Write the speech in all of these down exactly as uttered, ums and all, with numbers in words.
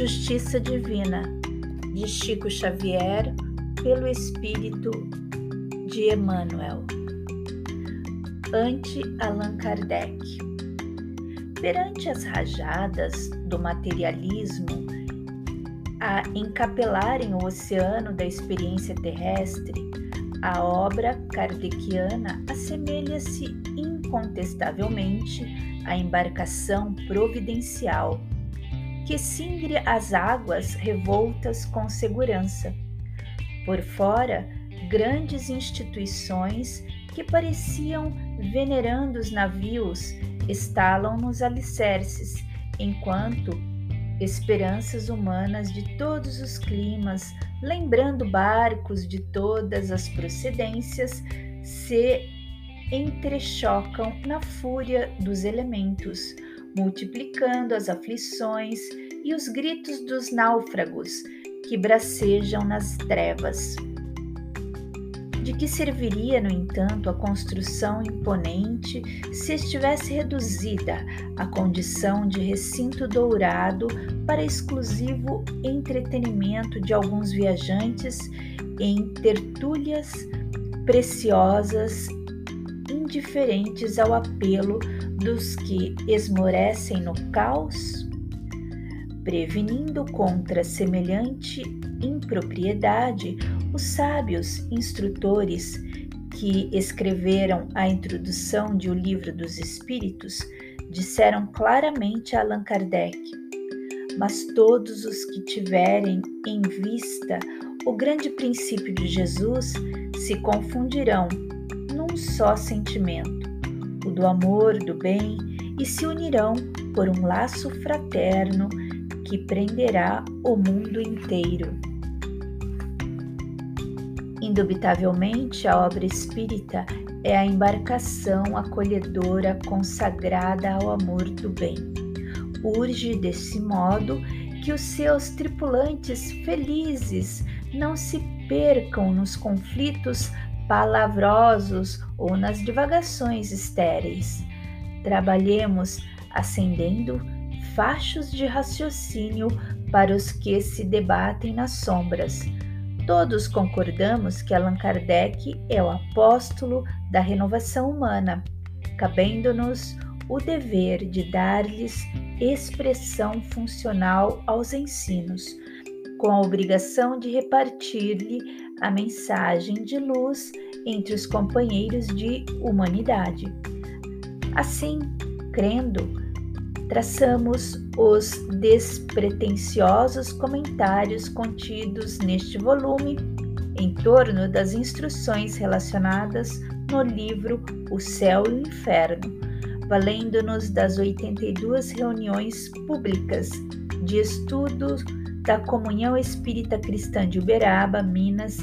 Justiça Divina, de Chico Xavier, pelo Espírito de Emmanuel. Ante Allan Kardec. Perante as rajadas do materialismo a encapelarem o oceano da experiência terrestre, a obra kardeciana assemelha-se incontestavelmente à embarcação providencial que cingre as águas revoltas com segurança. Por fora, grandes instituições que pareciam venerando os navios estalam nos alicerces, enquanto esperanças humanas de todos os climas, lembrando barcos de todas as procedências, se entrechocam na fúria dos elementos, multiplicando as aflições e os gritos dos náufragos que bracejam nas trevas. De que serviria, no entanto, a construção imponente se estivesse reduzida à condição de recinto dourado para exclusivo entretenimento de alguns viajantes em tertúlias preciosas, indiferentes ao apelo dos que esmorecem no caos? Prevenindo contra semelhante impropriedade, os sábios instrutores que escreveram a introdução de O Livro dos Espíritos disseram claramente a Allan Kardec: mas todos os que tiverem em vista o grande princípio de Jesus se confundirão num só sentimento, o do amor, do bem, e se unirão por um laço fraterno que prenderá o mundo inteiro. Indubitavelmente, a obra espírita é a embarcação acolhedora consagrada ao amor do bem. Urge desse modo que os seus tripulantes felizes não se percam nos conflitos palavrosos ou nas divagações estéreis. Trabalhemos acendendo fachos de raciocínio para os que se debatem nas sombras. Todos concordamos que Allan Kardec é o apóstolo da renovação humana, cabendo-nos o dever de dar-lhes expressão funcional aos ensinos, com a obrigação de repartir-lhe a mensagem de luz entre os companheiros de humanidade. Assim, crendo, traçamos os despretensiosos comentários contidos neste volume em torno das instruções relacionadas no livro O Céu e o Inferno, valendo-nos das oitenta e duas reuniões públicas de estudo da Comunhão Espírita Cristã de Uberaba, Minas,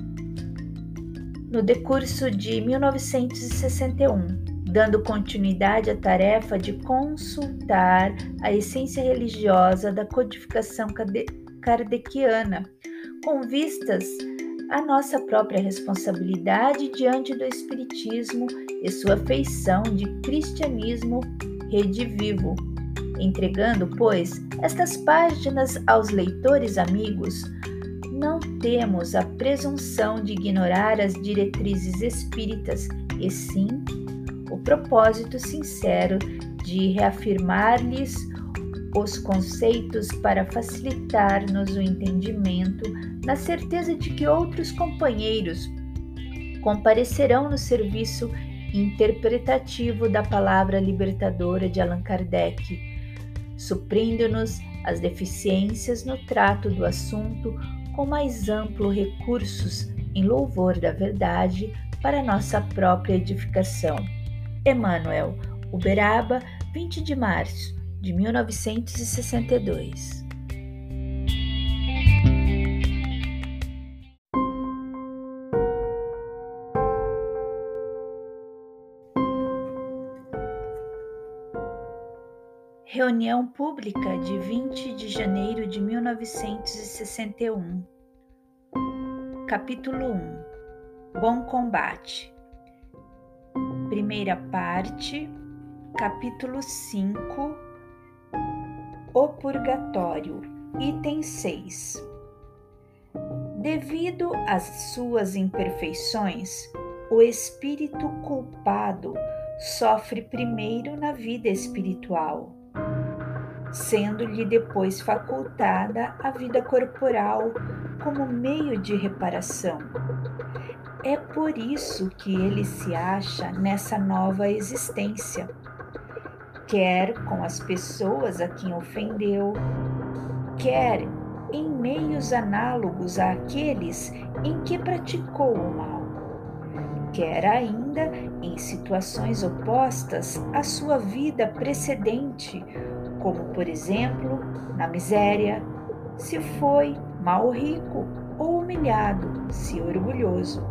no decurso de mil novecentos e sessenta e um, dando continuidade à tarefa de consultar a essência religiosa da codificação kardeciana, com vistas à nossa própria responsabilidade diante do Espiritismo e sua feição de cristianismo redivivo. Entregando, pois, estas páginas aos leitores amigos, não temos a presunção de ignorar as diretrizes espíritas, e sim o propósito sincero de reafirmar-lhes os conceitos para facilitar-nos o entendimento, na certeza de que outros companheiros comparecerão no serviço interpretativo da palavra libertadora de Allan Kardec, suprindo-nos as deficiências no trato do assunto com mais amplo recursos em louvor da verdade para nossa própria edificação. Emmanuel, Uberaba, vinte de março de mil novecentos e sessenta e dois. Reunião pública de vinte de janeiro de mil novecentos e sessenta e um. Capítulo um. Bom Combate. Primeira parte, capítulo cinco. O Purgatório. Item seis. Devido às suas imperfeições, o espírito culpado sofre primeiro na vida espiritual, sendo-lhe depois facultada a vida corporal como meio de reparação. É por isso que ele se acha nessa nova existência, quer com as pessoas a quem ofendeu, quer em meios análogos àqueles em que praticou o mal, quer ainda em situações opostas à sua vida precedente, como, por exemplo, na miséria, se foi mal rico, ou humilhado, se orgulhoso.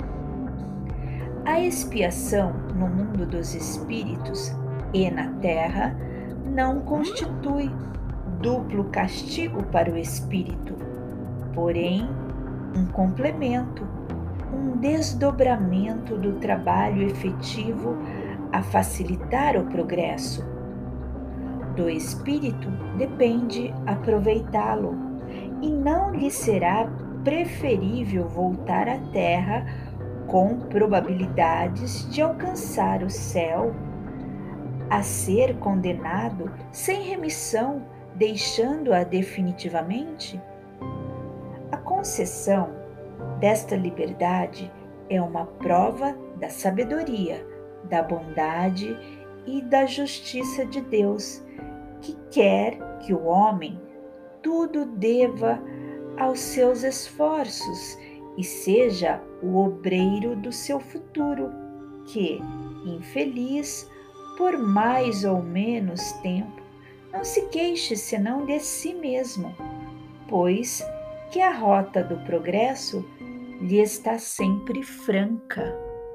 A expiação no mundo dos espíritos e na terra não constitui duplo castigo para o espírito, porém um complemento, um desdobramento do trabalho efetivo a facilitar o progresso. Do espírito depende aproveitá-lo, e não lhe será preferível voltar à terra com probabilidades de alcançar o céu, a ser condenado sem remissão, deixando-a definitivamente? A concessão desta liberdade é uma prova da sabedoria, da bondade e da justiça de Deus, que quer que o homem tudo deva aos seus esforços e seja o obreiro do seu futuro, que, infeliz, por mais ou menos tempo, não se queixe senão de si mesmo, pois que a rota do progresso lhe está sempre franca.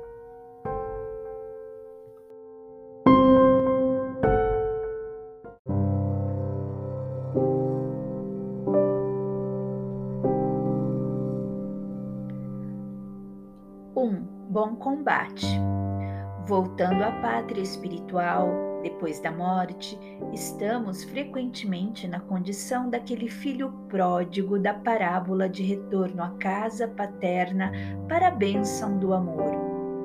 um. Bom combate. Voltando à pátria espiritual, depois da morte, estamos frequentemente na condição daquele filho pródigo da parábola de retorno à casa paterna para a bênção do amor.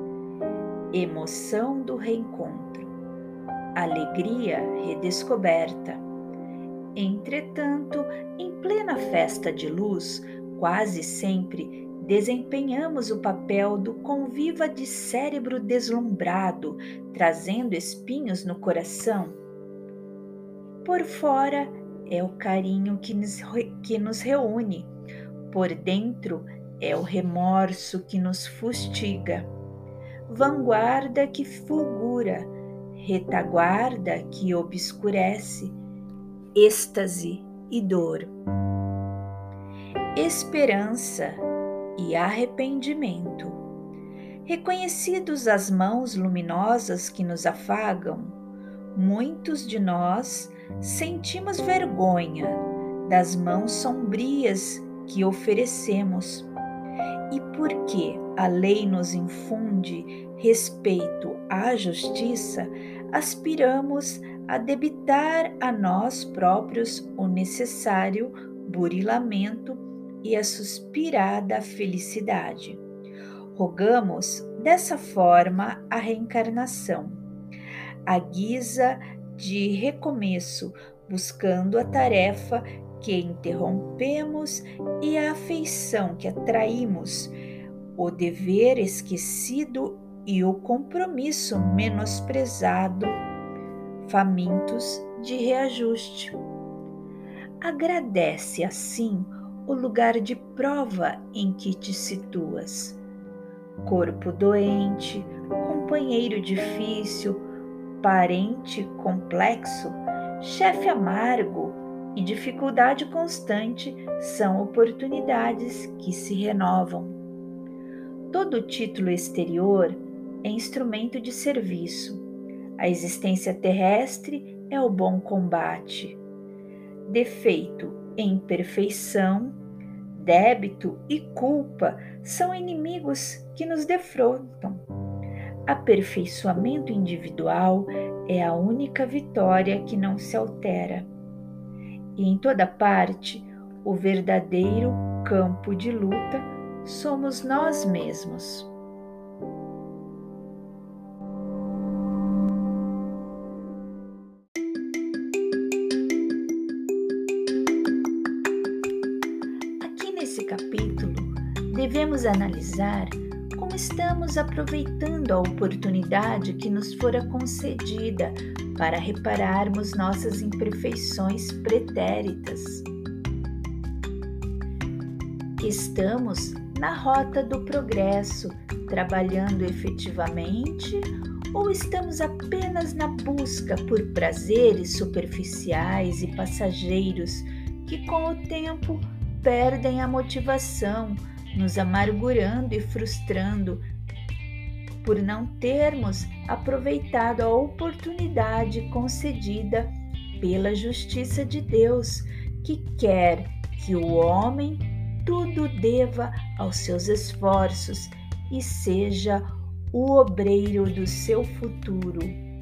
Emoção do reencontro. Alegria redescoberta. Entretanto, em plena festa de luz, quase sempre desempenhamos o papel do conviva de cérebro deslumbrado, trazendo espinhos no coração. Por fora é o carinho que nos, que nos reúne, por dentro é o remorso que nos fustiga. Vanguarda que fulgura, retaguarda que obscurece, êxtase e dor. Esperança e arrependimento. Reconhecidos as mãos luminosas que nos afagam, muitos de nós sentimos vergonha das mãos sombrias que oferecemos. E porque a lei nos infunde respeito à justiça, aspiramos a debitar a nós próprios o necessário burilamento e a suspirada felicidade. Rogamos dessa forma a reencarnação, à guisa de recomeço, buscando a tarefa que interrompemos e a afeição que atraímos, o dever esquecido e o compromisso menosprezado, famintos de reajuste. Agradece assim o lugar de prova em que te situas. Corpo doente, companheiro difícil, parente complexo, chefe amargo e dificuldade constante são oportunidades que se renovam. Todo título exterior é instrumento de serviço. A existência terrestre é o bom combate. Defeito e imperfeição, débito e culpa são inimigos que nos defrontam. Aperfeiçoamento individual é a única vitória que não se altera. E em toda parte, o verdadeiro campo de luta somos nós mesmos. Aqui nesse capítulo, devemos analisar como estamos aproveitando a oportunidade que nos fora concedida para repararmos nossas imperfeições pretéritas. Estamos na rota do progresso, trabalhando efetivamente, ou estamos apenas na busca por prazeres superficiais e passageiros que, com o tempo, perdem a motivação, nos amargurando e frustrando por não termos aproveitado a oportunidade concedida pela justiça de Deus, que quer que o homem tudo deva aos seus esforços e seja o obreiro do seu futuro.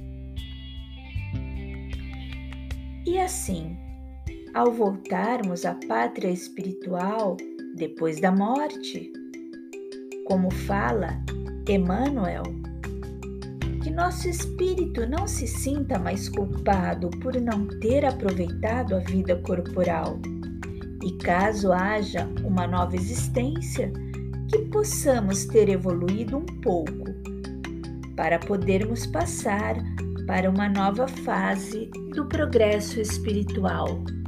E assim, ao voltarmos à pátria espiritual depois da morte, como fala Emmanuel, que nosso espírito não se sinta mais culpado por não ter aproveitado a vida corporal, e caso haja uma nova existência, que possamos ter evoluído um pouco, para podermos passar para uma nova fase do progresso espiritual.